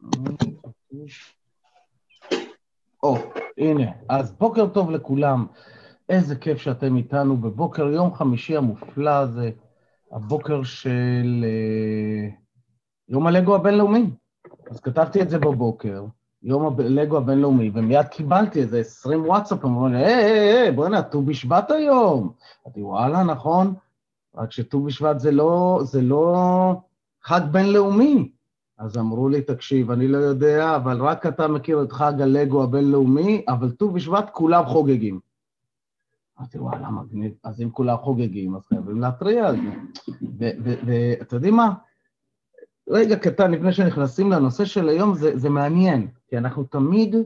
הנה, אז בוקר טוב לכולם, איזה כיף שאתם איתנו בבוקר יום חמישי המופלא הזה, הבוקר של יום הלגו הבינלאומי. אז כתבתי את זה בבוקר, יום הלגו הבינלאומי, ומיד קיבלתי איזה 20 וואטסאפ, אמרו לי, בוא'נה, ט"ו בשבט היום. אמרתי, וואלה, נכון, רק שט"ו בשבט זה לא חג בינלאומי. אז אמרו לי, תקשיב, אני לא יודע, אבל רק אתה מכיר את חג הלגו הבינלאומי, אבל ט"ו בשבט כולם חוגגים. אמרתי, וואלה, מגניב. אז אם כולם חוגגים, אז חייבים להתריע על זה. ואתה יודעים מה? רגע קטן, לפני שנכנסים לנושא של היום, זה מעניין, כי אנחנו תמיד,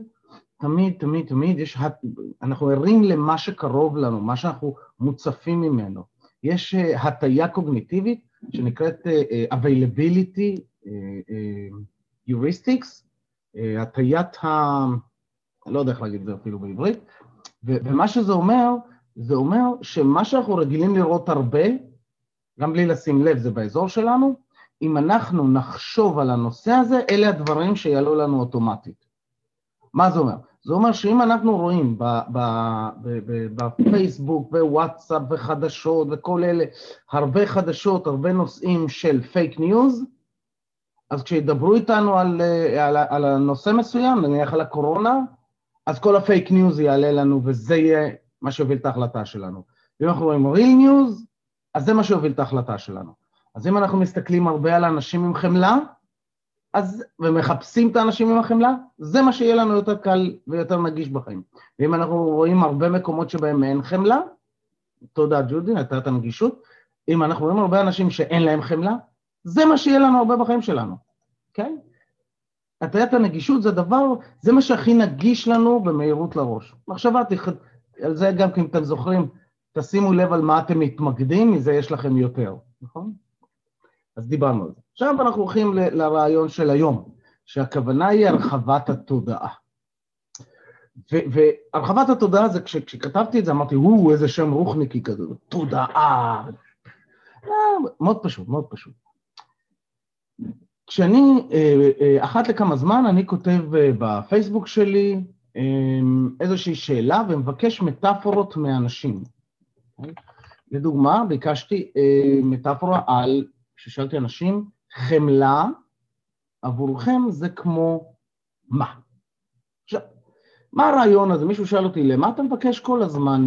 אנחנו ערים למה שקרוב לנו, מה שאנחנו מוצפים ממנו. יש הטיה קוגניטיבית, שנקראת availability heuristics, הטיית אני לא יודע איך להגיד את זה אפילו בעברית, ומה שזה אומר, זה אומר שמה שאנחנו רגילים לראות הרבה, גם בלי לשים לב, זה באזור שלנו, אם אנחנו נחשוב על הנושא הזה, אלה הדברים שיעלו לנו אוטומטית. מה זה אומר? זה אומר שאם אנחנו רואים בפייסבוק ווואטסאפ וחדשות וכל אלה, הרבה חדשות, הרבה נושאים של פייק ניוז, אז כשידברו איתנו על הנושא מסוים, נניח על הקורונה, אז כל הפייק ניוז יעלה לנו, וזה יהיה מה שיוביל את ההחלטה שלנו. אם אנחנו רואים ריל ניוז, אז זה מה שיוביל את ההחלטה שלנו. אז אם אנחנו מסתכלים הרבה על אנשים עם חמלה, ומחפשים את האנשים עם החמלה, זה מה שיהיה לנו יותר קל ויותר נגיש בחיים. ואם אנחנו רואים הרבה מקומות שבהם אין חמלה, תודה ג'ודי, הייתה את הנגישות, אם אנחנו רואים הרבה אנשים שאין להם חמלה, זה מה שיהיה לנו הרבה בחיים שלנו, אוקיי? הטיית הנגישות זה דבר, זה מה שהכי נגיש לנו במהירות לראש. מחשבה, על זה גם כי אתם זוכרים, תשימו לב על מה אתם מתמקדים, מזה יש לכם יותר, נכון? אז דיברנו על זה. עכשיו אנחנו הולכים לרעיון של היום, שהכוונה היא הרחבת התודעה. והרחבת התודעה זה, כשכתבתי את זה, אמרתי, איזה שם רוחניקי כזה, תודעה. מאוד פשוט, מאוד פשוט. כשאני, אחת לכמה זמן, אני כותב בפייסבוק שלי איזושהי שאלה, ומבקש מטאפורות מאנשים. לדוגמה, ביקשתי מטאפורה על, כששאלתי אנשים, חמלה עבורכם זה כמו מה? עכשיו, מה הרעיון הזה? מישהו שאל אותי, למה אתה מבקש כל הזמן,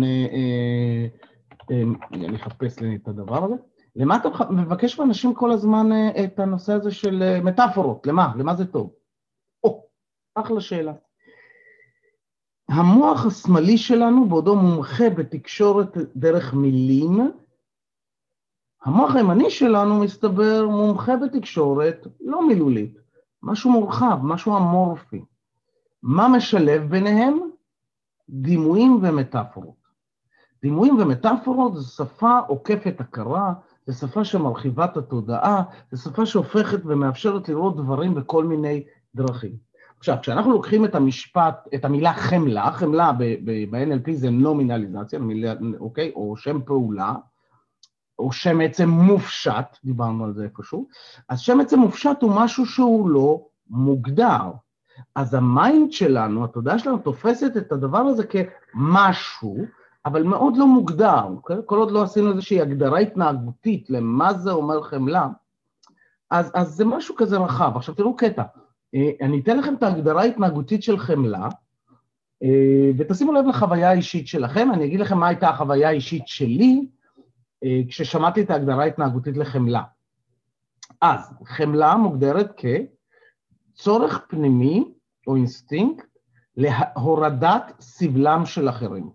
אני אחפש לי את הדבר הזה, למה אתה מבקש מאנשים כל הזמן את הנושא הזה של מטאפורות? למה? למה זה טוב? אחלה שאלה. המוח השמאלי שלנו, בעודו מומחה בתקשורת דרך מילים, המוח הימני שלנו מסתבר מומחה בתקשורת לא מילולית, משהו מורחב, משהו אמורפי. מה משלב ביניהם? דימויים ומטאפורות. דימויים ומטאפורות זה שפה עוקפת הכרה, זה שפה שמרחיבה את התודעה, זה שפה שהופכת ומאפשרת לראות דברים בכל מיני דרכים. עכשיו, כשאנחנו לוקחים את המשפט, את המילה חמלה, חמלה ב-NLP זה נומינליזציה, אוקיי? או שם פעולה, או שם עצם מופשט, דיברנו על זה איפשהו, אז שם עצם מופשט הוא משהו שהוא לא מוגדר. אז המיינד שלנו, התודעה שלנו תופסת את הדבר הזה כמשהו, אבל מאוד לא מוגדר, אוקיי? כל עוד לא עשינו איזושהי הגדרה התנהגותית למה זה אומר חמלה, אז זה משהו כזה רחב. עכשיו תראו קטע, אני אתן לכם את ההגדרה ההתנהגותית של חמלה, ותשימו לב לחוויה האישית שלכם, אני אגיד לכם מה הייתה החוויה האישית שלי, כששמעתי את ההגדרה ההתנהגותית לחמלה. אז חמלה מוגדרת כצורך פנימי או אינסטינקט להורדת סבלם של אחרים.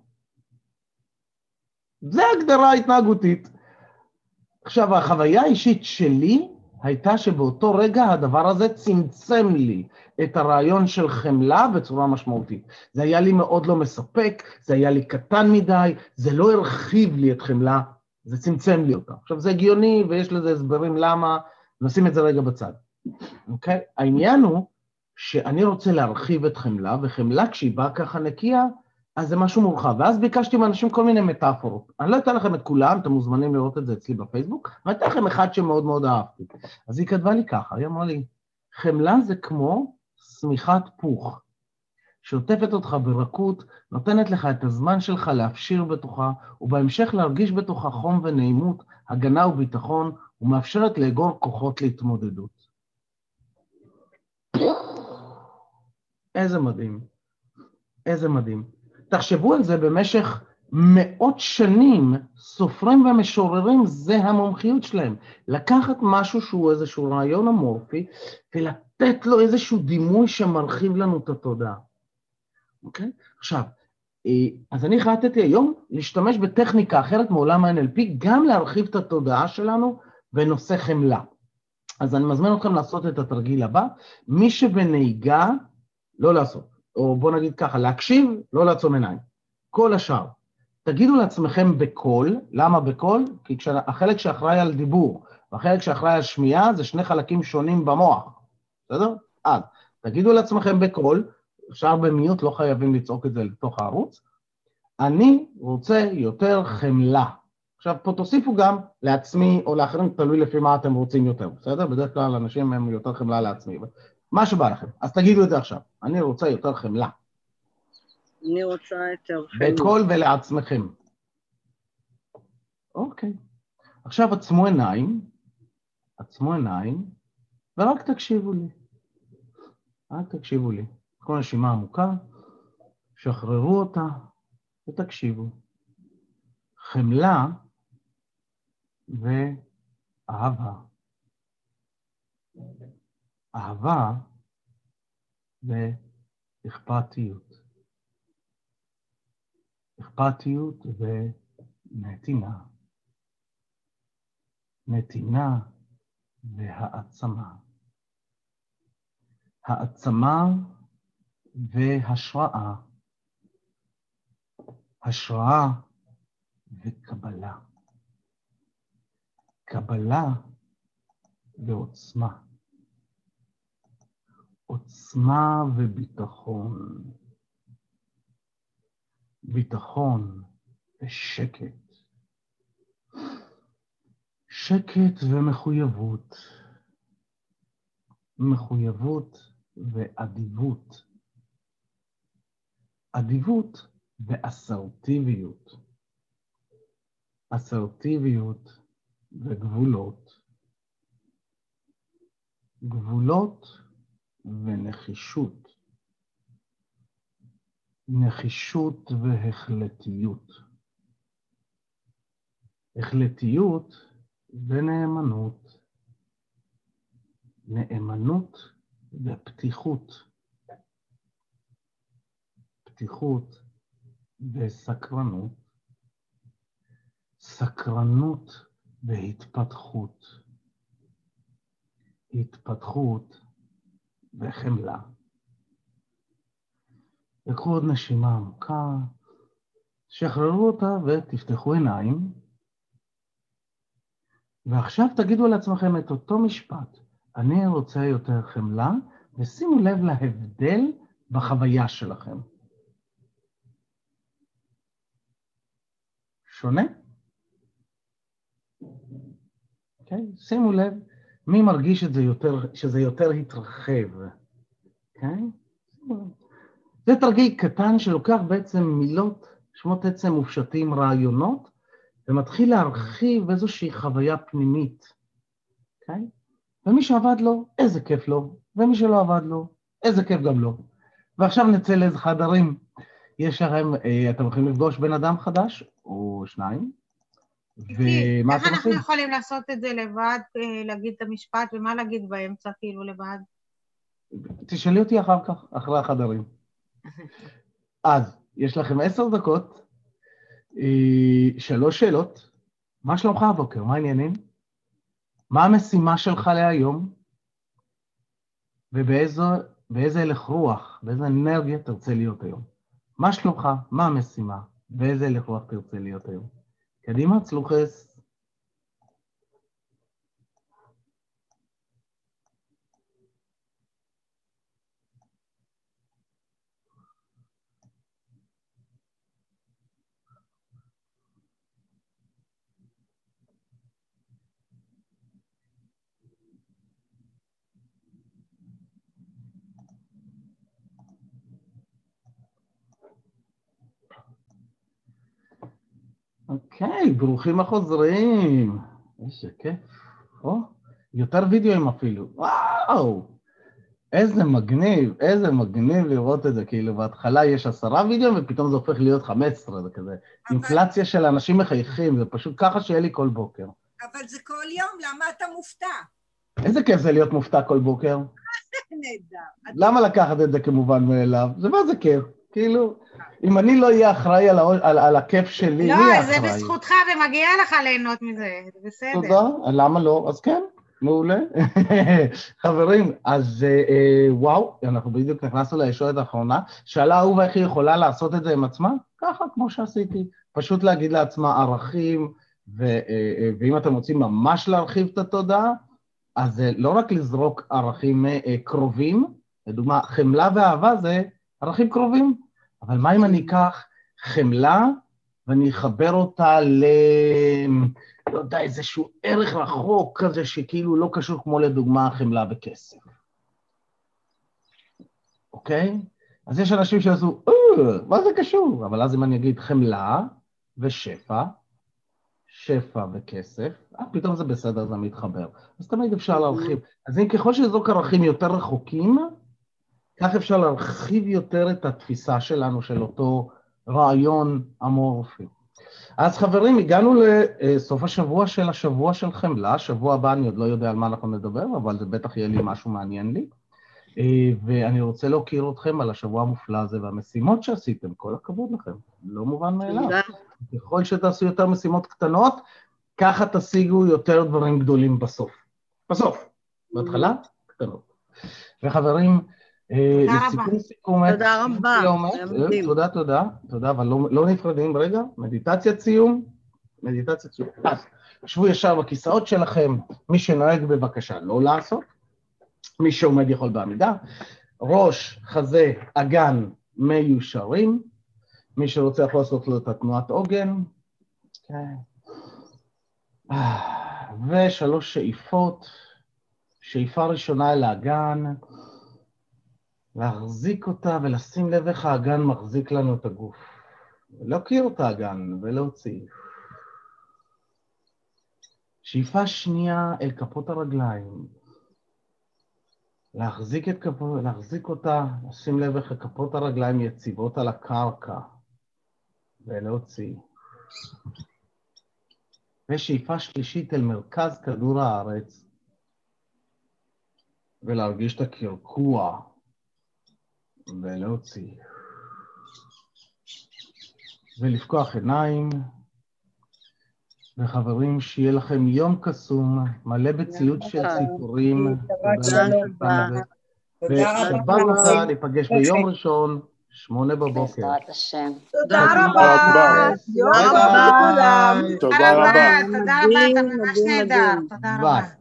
זה הגדרה התנהגותית. עכשיו, החוויה האישית שלי הייתה שבאותו רגע הדבר הזה צמצם לי את הרעיון של חמלה בצורה משמעותית. זה היה לי מאוד לא מספק, זה היה לי קטן מדי, זה לא הרחיב לי את חמלה, זה צמצם לי אותה. עכשיו, זה הגיוני ויש לזה הסברים למה, נשים את זה רגע בצד. אוקיי? העניין הוא שאני רוצה להרחיב את חמלה, וחמלה כשהיא באה ככה נקייה, אז זה משהו מורחב. ואז ביקשתי מאנשים כל מיני מטאפורות. אני לא אתן לכם את כולם, אתם מוזמנים לראות את זה אצלי בפייסבוק, אבל אתן לכם אחד שמאוד מאוד אהבתי. אז היא כתבה לי ככה, היא אמרה לי, חמלה זה כמו צמיחת פוך, שעוטפת אותך ברכות, נותנת לך את הזמן שלך להפשיר בתוכה, ובהמשך להרגיש בתוכה חום ונעימות, הגנה וביטחון, ומאפשרת לאגור כוחות להתמודדות. איזה מדהים. איזה מדהים. תחשבו על זה במשך מאות שנים, סופרים ומשוררים, זה המומחיות שלהם. לקחת משהו שהוא איזשהו רעיון אמורפי, ולתת לו איזשהו דימוי שמרחיב לנו את התודעה. אוקיי? עכשיו, אז אני החלטתי היום להשתמש בטכניקה אחרת מעולם ה-NLP, גם להרחיב את התודעה שלנו בנושא חמלה. אז אני מזמין אתכם לעשות את התרגיל הבא. מי שבנהיגה, לא לעשות. או בוא נגיד ככה, להקשיב, לא לעצום עיניים. כל השאר. תגידו לעצמכם בקול, למה בקול? כי החלק שאחראי על דיבור, והחלק שאחראי על שמיעה, זה שני חלקים שונים במוח. בסדר? אז, תגידו לעצמכם בקול, אפשר במיוט, לא חייבים לצעוק את זה לתוך הערוץ, אני רוצה יותר חמלה. עכשיו, פה תוסיפו גם לעצמי או לאחרים, תלוי לפי מה אתם רוצים יותר, בסדר? בדרך כלל אנשים הם יותר חמלה לעצמי. מה שבא לכם. אז תגידו את זה עכשיו. אני רוצה יותר חמלה. אני רוצה יותר חמלה. בקול ולעצמכם. אוקיי. עכשיו עצמו עיניים, ורק תקשיבו לי. רק תקשיבו לי. כל נשימה עמוקה, שחררו אותה ותקשיבו. חמלה ואהבה. אהבה ואכפתיות. אכפתיות ונתינה. נתינה והעצמה. העצמה והשראה. השראה וקבלה. קבלה ועוצמה. עוצמה וביטחון. ביטחון ושקט. שקט ומחויבות. מחויבות ואדיבות. אדיבות ואסרטיביות. אסרטיביות וגבולות. גבולות ונחישות. נחישות והחלטיות. החלטיות ונאמנות. נאמנות ופתיחות. פתיחות וסקרנות. סקרנות והתפתחות. התפתחות וחמלה. לקחו עוד נשימה עמוקה, שחררו אותה ותפתחו עיניים, ועכשיו תגידו לעצמכם את אותו משפט, אני רוצה יותר חמלה, ושימו לב להבדל בחוויה שלכם. שונה? אוקיי? שימו לב, מי מרגיש את זה יותר, שזה יותר התרחב? אוקיי? זה תרגיל קטן שלוקח בעצם מילות, שמות עצם מופשטים, רעיונות, ומתחיל להרחיב איזושהי חוויה פנימית. אוקיי? ומי שעבד לו, איזה כיף לו, ומי שלא עבד לו, איזה כיף גם לו. ועכשיו נצא לאיזה חדרים. יש לכם, אתם הולכים לפגוש בן אדם חדש, או שניים, ומה איך אתם אנחנו עושים? יכולים לעשות את זה לבד, להגיד את המשפט, ומה להגיד באמצע כאילו לבד? תשאלי אותי אחר כך, אחרי החדרים. אז, יש לכם 10 דקות, 3 שאלות. מה שלומך הבוקר? מה העניינים? מה המשימה שלך להיום? ובאיזה הלך רוח, באיזה אנרגיה תרצה להיות היום? מה שלומך? מה המשימה? באיזה הלך רוח תרצה להיות היום? קדימה, צלוחס. אוקיי, ברוכים החוזרים. איזה כיף. יותר וידאוים אפילו. וואו! איזה מגניב לראות את זה. כאילו, בהתחלה יש 10 וידאוים, ופתאום זה הופך להיות 15, זה כזה. אינפלציה של אנשים מחייכים, זה פשוט ככה שיהיה לי כל בוקר. אבל זה כל יום, למה אתה מופתע? איזה כיף זה להיות מופתע כל בוקר. נהדר. למה לקחת את זה כמובן מאליו? זה מה זה כיף? כאילו, אם אני לא אהיה אחראי על הכיף שלי, מי יהיה אחראי? לא, זה בזכותך ומגיע לך ליהנות מזה, זה בסדר. תודה, למה לא? אז כן, מעולה. חברים, אז וואו, אנחנו בדיוק נכנסנו לישורת האחרונה, שאלה אהובה איך היא יכולה לעשות את זה עם עצמה? ככה, כמו שעשיתי. פשוט להגיד לעצמה ערכים, ואם אתם רוצים ממש להרחיב את התודעה, אז לא רק לזרוק ערכים קרובים, לדוגמה, חמלה ואהבה זה ערכים קרובים, אבל מה אם אני אקח חמלה ואני אחבר אותה לא יודע, איזשהו ערך רחוק כזה שכאילו לא קשור כמו לדוגמה חמלה וכסף. אוקיי? אז יש אנשים שעשו, מה זה קשור? אבל אז אם אני אגיד חמלה ושפע, שפע וכסף, פתאום זה בסדר, זה מתחבר. אז תמיד אפשר להרחיב. אז אם ככל שזרוק ערכים יותר רחוקים, כך אפשר להרחיב יותר את התפיסה שלנו, של אותו רעיון אמורפי. אז חברים, הגענו לסוף השבוע של השבוע של חמלה, שבוע הבא אני עוד לא יודע על מה אנחנו נדבר, אבל זה בטח יהיה לי משהו מעניין לי. ואני רוצה להוקיר אתכם על השבוע המופלא הזה, והמשימות שעשיתם, כל הכבוד לכם, לא מובן מאליו. ככל שתעשו יותר משימות קטנות, ככה תשיגו יותר דברים גדולים בסוף. בסוף, בהתחלה, קטנות. וחברים, סיכום, תודה רבה. תודה, אבל לא נפרדים רגע, מדיטציית סיום. אז, שבו ישר בכיסאות שלכם, מי שנוהג בבקשה לא לעשות, מי שעומד יכול בעמידה, ראש, חזה, אגן מיושרים, מי שרוצה יכול לעשות לו את התנועת עוגן, ושלוש שאיפות, שאיפה ראשונה אל האגן, להחזיק אותה ולשים לב איך האגן מחזיק לנו את הגוף. להכיר את האגן ולהוציא. שאיפה שנייה אל כפות הרגליים. להחזיק אותה, לשים לב איך כפות הרגליים יציבות על הקרקע. ולהוציא. ושאיפה שלישית אל מרכז כדור הארץ. ולהרגיש את הקרקוע. ולהוציא. ולפקוח עיניים. וחברים, שיהיה לכם יום קסום, מלא בציוד של סיפורים. תודה רבה. ושבת אותה, ניפגש ביום ראשון, 8 בבוקר. בעזרת השם. תודה רבה. תודה רבה. תודה רבה, אתה ממש נהדר. תודה רבה.